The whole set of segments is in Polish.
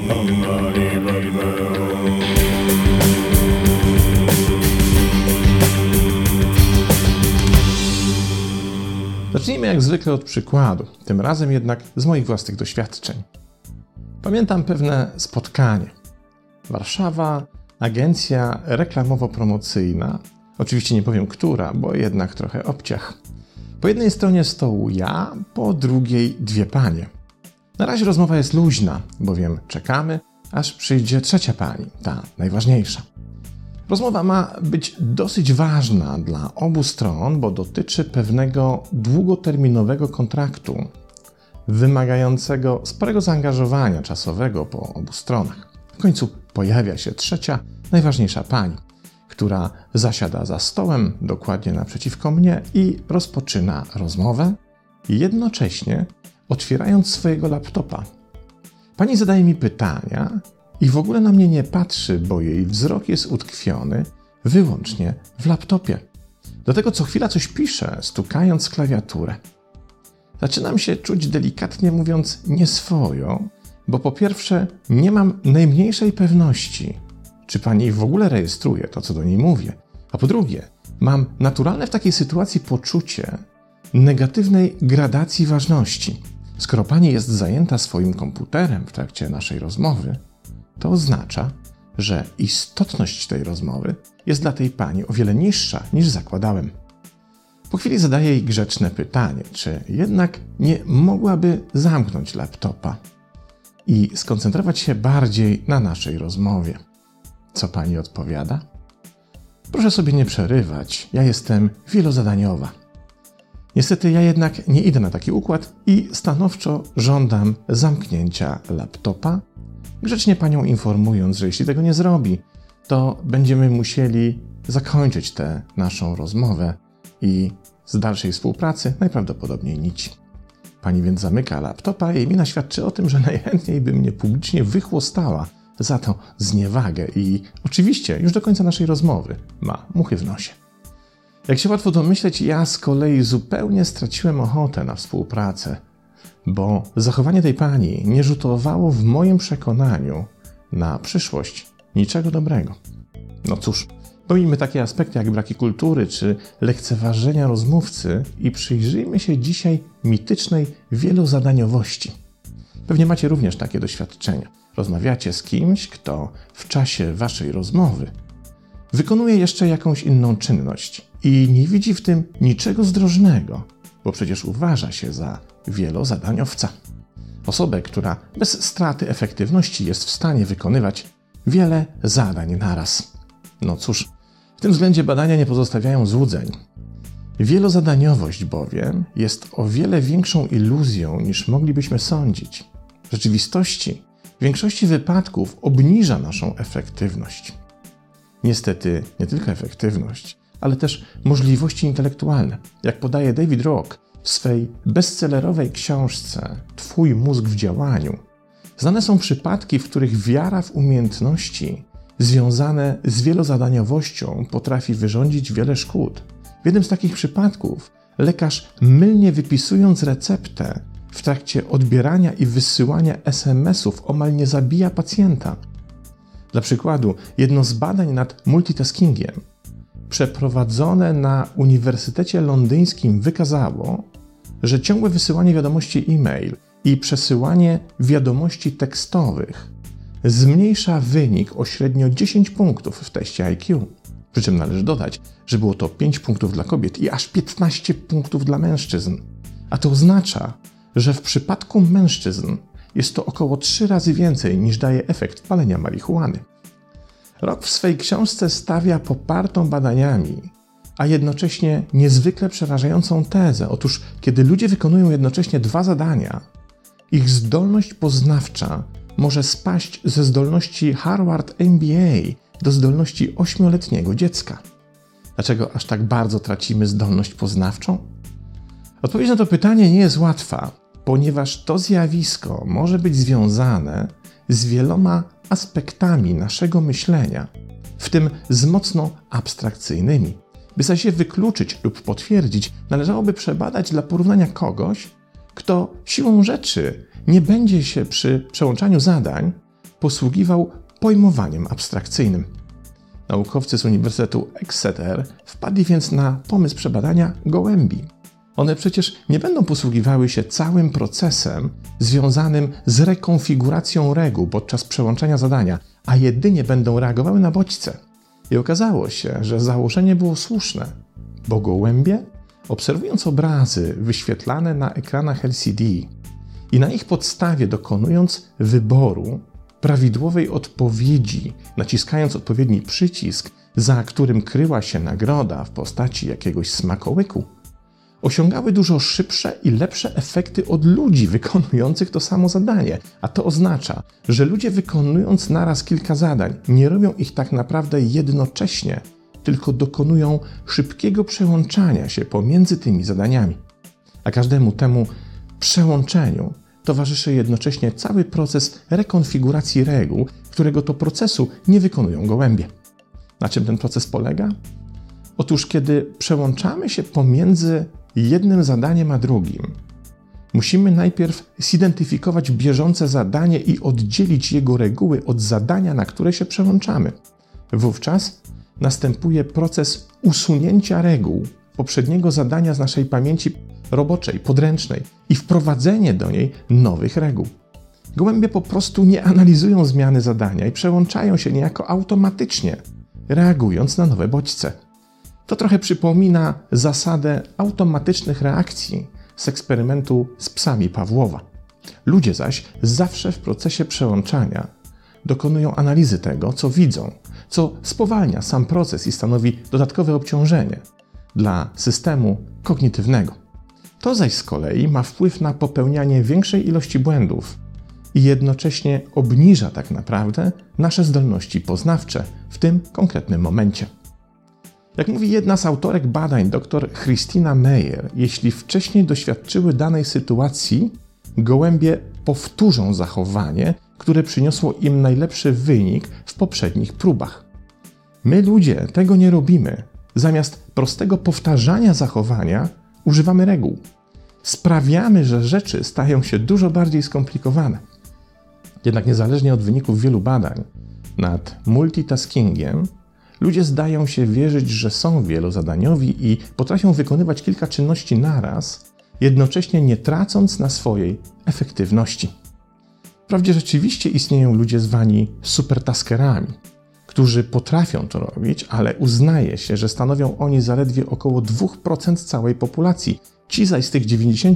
Zacznijmy jak zwykle od przykładu, tym razem jednak z moich własnych doświadczeń. Pamiętam pewne spotkanie. Warszawa, agencja reklamowo-promocyjna, oczywiście nie powiem która, bo jednak trochę obciach. Po jednej stronie stołu ja, po drugiej dwie panie. Na razie rozmowa jest luźna, bowiem czekamy, aż przyjdzie trzecia pani, ta najważniejsza. Rozmowa ma być dosyć ważna dla obu stron, bo dotyczy pewnego długoterminowego kontraktu, wymagającego sporego zaangażowania czasowego po obu stronach. W końcu pojawia się trzecia, najważniejsza pani, która zasiada za stołem dokładnie naprzeciwko mnie i rozpoczyna rozmowę, jednocześnie otwierając swojego laptopa. Pani zadaje mi pytania i w ogóle na mnie nie patrzy, bo jej wzrok jest utkwiony wyłącznie w laptopie. Do tego co chwila coś pisze, stukając w klawiaturę. Zaczynam się czuć, delikatnie mówiąc, nieswojo, bo po pierwsze nie mam najmniejszej pewności, czy pani w ogóle rejestruje to, co do niej mówię, a po drugie mam naturalne w takiej sytuacji poczucie negatywnej gradacji ważności. Skoro pani jest zajęta swoim komputerem w trakcie naszej rozmowy, to oznacza, że istotność tej rozmowy jest dla tej pani o wiele niższa niż zakładałem. Po chwili zadaję jej grzeczne pytanie, czy jednak nie mogłaby zamknąć laptopa i skoncentrować się bardziej na naszej rozmowie. Co pani odpowiada? Proszę sobie nie przerywać, ja jestem wielozadaniowa. Niestety ja jednak nie idę na taki układ i stanowczo żądam zamknięcia laptopa, grzecznie panią informując, że jeśli tego nie zrobi, to będziemy musieli zakończyć tę naszą rozmowę i z dalszej współpracy najprawdopodobniej nici. Pani więc zamyka laptopa i mina świadczy o tym, że najchętniej by mnie publicznie wychłostała za tą zniewagę i oczywiście już do końca naszej rozmowy ma muchy w nosie. Jak się łatwo domyśleć, ja z kolei zupełnie straciłem ochotę na współpracę, bo zachowanie tej pani nie rzutowało w moim przekonaniu na przyszłość niczego dobrego. No cóż, pomijmy takie aspekty jak braki kultury czy lekceważenia rozmówcy i przyjrzyjmy się dzisiaj mitycznej wielozadaniowości. Pewnie macie również takie doświadczenia. Rozmawiacie z kimś, kto w czasie waszej rozmowy wykonuje jeszcze jakąś inną czynność i nie widzi w tym niczego zdrożnego, bo przecież uważa się za wielozadaniowca. Osobę, która bez straty efektywności jest w stanie wykonywać wiele zadań naraz. No cóż, w tym względzie badania nie pozostawiają złudzeń. Wielozadaniowość bowiem jest o wiele większą iluzją niż moglibyśmy sądzić. W rzeczywistości w większości wypadków obniża naszą efektywność. Niestety nie tylko efektywność, ale też możliwości intelektualne. Jak podaje David Rock w swej bestsellerowej książce Twój mózg w działaniu, znane są przypadki, w których wiara w umiejętności związane z wielozadaniowością potrafi wyrządzić wiele szkód. W jednym z takich przypadków lekarz, mylnie wypisując receptę, w trakcie odbierania i wysyłania SMS-ów omal nie zabija pacjenta. Dla przykładu, jedno z badań nad multitaskingiem przeprowadzone na Uniwersytecie Londyńskim wykazało, że ciągłe wysyłanie wiadomości e-mail i przesyłanie wiadomości tekstowych zmniejsza wynik o średnio 10 punktów w teście IQ. Przy czym należy dodać, że było to 5 punktów dla kobiet i aż 15 punktów dla mężczyzn. A to oznacza, że w przypadku mężczyzn jest to około 3 razy więcej niż daje efekt palenia marihuany. Rock w swej książce stawia popartą badaniami, a jednocześnie niezwykle przerażającą tezę. Otóż, kiedy ludzie wykonują jednocześnie 2 zadania, ich zdolność poznawcza może spaść ze zdolności Harvard MBA do zdolności 8-letniego dziecka. Dlaczego aż tak bardzo tracimy zdolność poznawczą? Odpowiedź na to pytanie nie jest łatwa, ponieważ to zjawisko może być związane z wieloma aspektami naszego myślenia, w tym z mocno abstrakcyjnymi. By zaś je wykluczyć lub potwierdzić, należałoby przebadać dla porównania kogoś, kto siłą rzeczy nie będzie się przy przełączaniu zadań posługiwał pojmowaniem abstrakcyjnym. Naukowcy z Uniwersytetu Exeter wpadli więc na pomysł przebadania gołębi. One przecież nie będą posługiwały się całym procesem związanym z rekonfiguracją reguł podczas przełączania zadania, a jedynie będą reagowały na bodźce. I okazało się, że założenie było słuszne, bo gołębie, obserwując obrazy wyświetlane na ekranach LCD i na ich podstawie dokonując wyboru prawidłowej odpowiedzi, naciskając odpowiedni przycisk, za którym kryła się nagroda w postaci jakiegoś smakołyku, osiągały dużo szybsze i lepsze efekty od ludzi wykonujących to samo zadanie. A to oznacza, że ludzie wykonując naraz kilka zadań nie robią ich tak naprawdę jednocześnie, tylko dokonują szybkiego przełączania się pomiędzy tymi zadaniami. A każdemu temu przełączeniu towarzyszy jednocześnie cały proces rekonfiguracji reguł, którego to procesu nie wykonują gołębie. Na czym ten proces polega? Otóż, kiedy przełączamy się pomiędzy jednym zadaniem a drugim, musimy najpierw zidentyfikować bieżące zadanie i oddzielić jego reguły od zadania, na które się przełączamy. Wówczas następuje proces usunięcia reguł poprzedniego zadania z naszej pamięci roboczej, podręcznej i wprowadzenie do niej nowych reguł. Gołębie po prostu nie analizują zmiany zadania i przełączają się niejako automatycznie, reagując na nowe bodźce. To trochę przypomina zasadę automatycznych reakcji z eksperymentu z psami Pawłowa. Ludzie zaś zawsze w procesie przełączania dokonują analizy tego, co widzą, co spowalnia sam proces i stanowi dodatkowe obciążenie dla systemu kognitywnego. To zaś z kolei ma wpływ na popełnianie większej ilości błędów i jednocześnie obniża tak naprawdę nasze zdolności poznawcze w tym konkretnym momencie. Jak mówi jedna z autorek badań, dr Christina Meyer, jeśli wcześniej doświadczyły danej sytuacji, gołębie powtórzą zachowanie, które przyniosło im najlepszy wynik w poprzednich próbach. My ludzie tego nie robimy. Zamiast prostego powtarzania zachowania używamy reguł. Sprawiamy, że rzeczy stają się dużo bardziej skomplikowane. Jednak niezależnie od wyników wielu badań nad multitaskingiem, ludzie zdają się wierzyć, że są wielozadaniowi i potrafią wykonywać kilka czynności naraz, jednocześnie nie tracąc na swojej efektywności. Wprawdzie rzeczywiście istnieją ludzie zwani supertaskerami, którzy potrafią to robić, ale uznaje się, że stanowią oni zaledwie około 2% całej populacji. Ci zaś z tych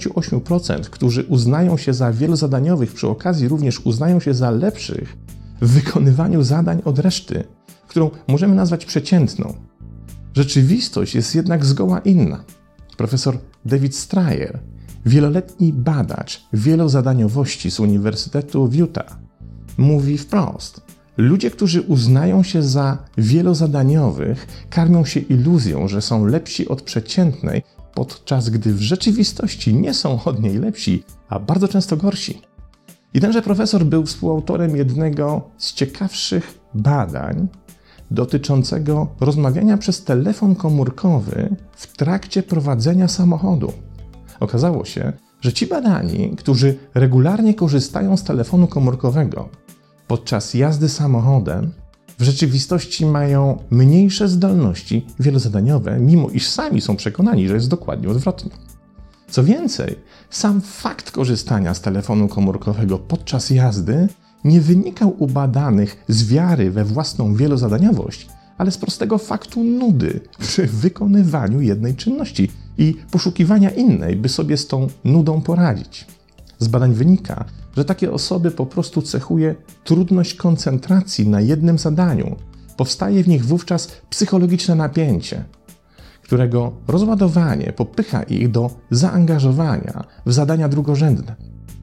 98%, którzy uznają się za wielozadaniowych, przy okazji również uznają się za lepszych w wykonywaniu zadań od reszty, którą możemy nazwać przeciętną. Rzeczywistość jest jednak zgoła inna. Profesor David Stryer, wieloletni badacz wielozadaniowości z Uniwersytetu w Utah, mówi wprost: ludzie, którzy uznają się za wielozadaniowych, karmią się iluzją, że są lepsi od przeciętnej, podczas gdy w rzeczywistości nie są od niej lepsi, a bardzo często gorsi. I tenże profesor był współautorem jednego z ciekawszych badań dotyczącego rozmawiania przez telefon komórkowy w trakcie prowadzenia samochodu. Okazało się, że ci badani, którzy regularnie korzystają z telefonu komórkowego podczas jazdy samochodem, w rzeczywistości mają mniejsze zdolności wielozadaniowe, mimo iż sami są przekonani, że jest dokładnie odwrotnie. Co więcej, sam fakt korzystania z telefonu komórkowego podczas jazdy nie wynikał u badanych z wiary we własną wielozadaniowość, ale z prostego faktu nudy przy wykonywaniu jednej czynności i poszukiwania innej, by sobie z tą nudą poradzić. Z badań wynika, że takie osoby po prostu cechuje trudność koncentracji na jednym zadaniu. Powstaje w nich wówczas psychologiczne napięcie, którego rozładowanie popycha ich do zaangażowania w zadania drugorzędne.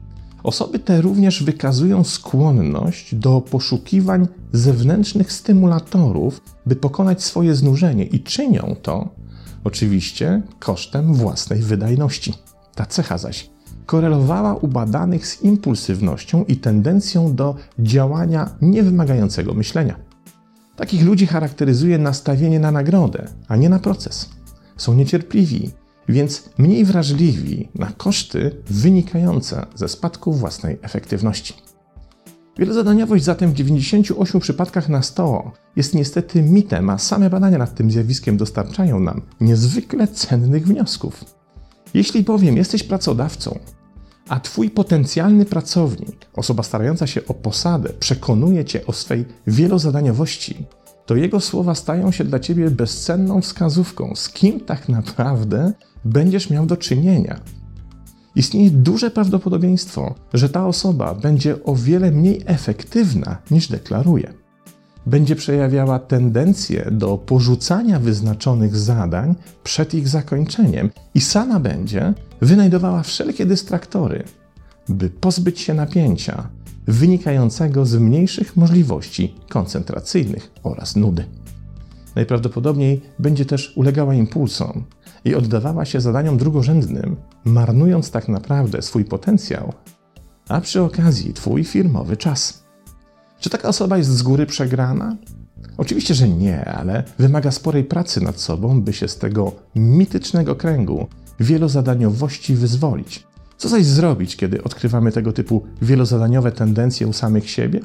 Osoby te również wykazują skłonność do poszukiwań zewnętrznych stymulatorów, by pokonać swoje znużenie i czynią to oczywiście kosztem własnej wydajności. Ta cecha zaś korelowała u badanych z impulsywnością i tendencją do działania niewymagającego myślenia. Takich ludzi charakteryzuje nastawienie na nagrodę, a nie na proces. Są niecierpliwi, więc mniej wrażliwi na koszty wynikające ze spadku własnej efektywności. Wielozadaniowość zatem w 98 przypadkach na 100 jest niestety mitem, a same badania nad tym zjawiskiem dostarczają nam niezwykle cennych wniosków. Jeśli bowiem jesteś pracodawcą, a twój potencjalny pracownik, osoba starająca się o posadę, przekonuje cię o swej wielozadaniowości, to jego słowa stają się dla ciebie bezcenną wskazówką, z kim tak naprawdę będziesz miał do czynienia. Istnieje duże prawdopodobieństwo, że ta osoba będzie o wiele mniej efektywna niż deklaruje. Będzie przejawiała tendencję do porzucania wyznaczonych zadań przed ich zakończeniem i sama będzie wynajdowała wszelkie dystraktory, by pozbyć się napięcia wynikającego z mniejszych możliwości koncentracyjnych oraz nudy. Najprawdopodobniej będzie też ulegała impulsom i oddawała się zadaniom drugorzędnym, marnując tak naprawdę swój potencjał, a przy okazji twój firmowy czas. Czy taka osoba jest z góry przegrana? Oczywiście, że nie, ale wymaga sporej pracy nad sobą, by się z tego mitycznego kręgu wielozadaniowości wyzwolić. Co zaś zrobić, kiedy odkrywamy tego typu wielozadaniowe tendencje u samych siebie?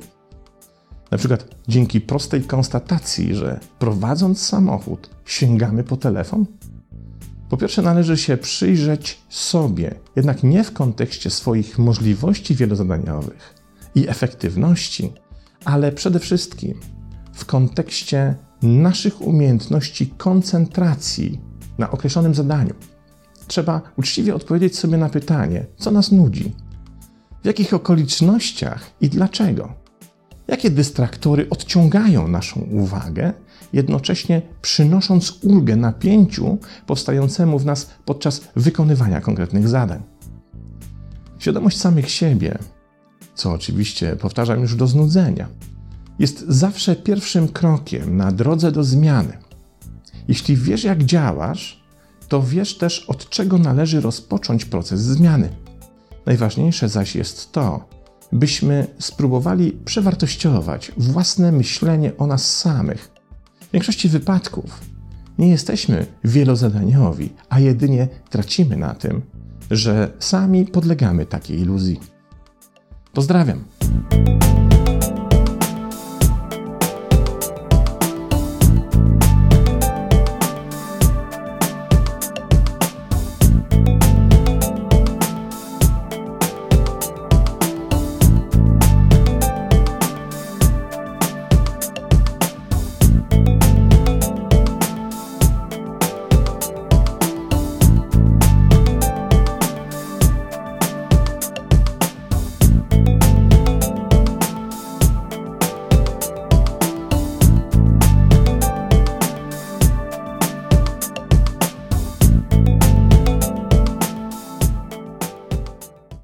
Na przykład dzięki prostej konstatacji, że prowadząc samochód sięgamy po telefon? Po pierwsze należy się przyjrzeć sobie, jednak nie w kontekście swoich możliwości wielozadaniowych i efektywności, ale przede wszystkim w kontekście naszych umiejętności koncentracji na określonym zadaniu. Trzeba uczciwie odpowiedzieć sobie na pytanie, co nas nudzi, w jakich okolicznościach i dlaczego. Jakie dystraktory odciągają naszą uwagę, jednocześnie przynosząc ulgę napięciu powstającemu w nas podczas wykonywania konkretnych zadań. Świadomość samych siebie, co oczywiście powtarzam już do znudzenia, jest zawsze pierwszym krokiem na drodze do zmiany. Jeśli wiesz, jak działasz, to wiesz też, od czego należy rozpocząć proces zmiany. Najważniejsze zaś jest to, byśmy spróbowali przewartościować własne myślenie o nas samych. W większości wypadków nie jesteśmy wielozadaniowi, a jedynie tracimy na tym, że sami podlegamy takiej iluzji. Pozdrawiam!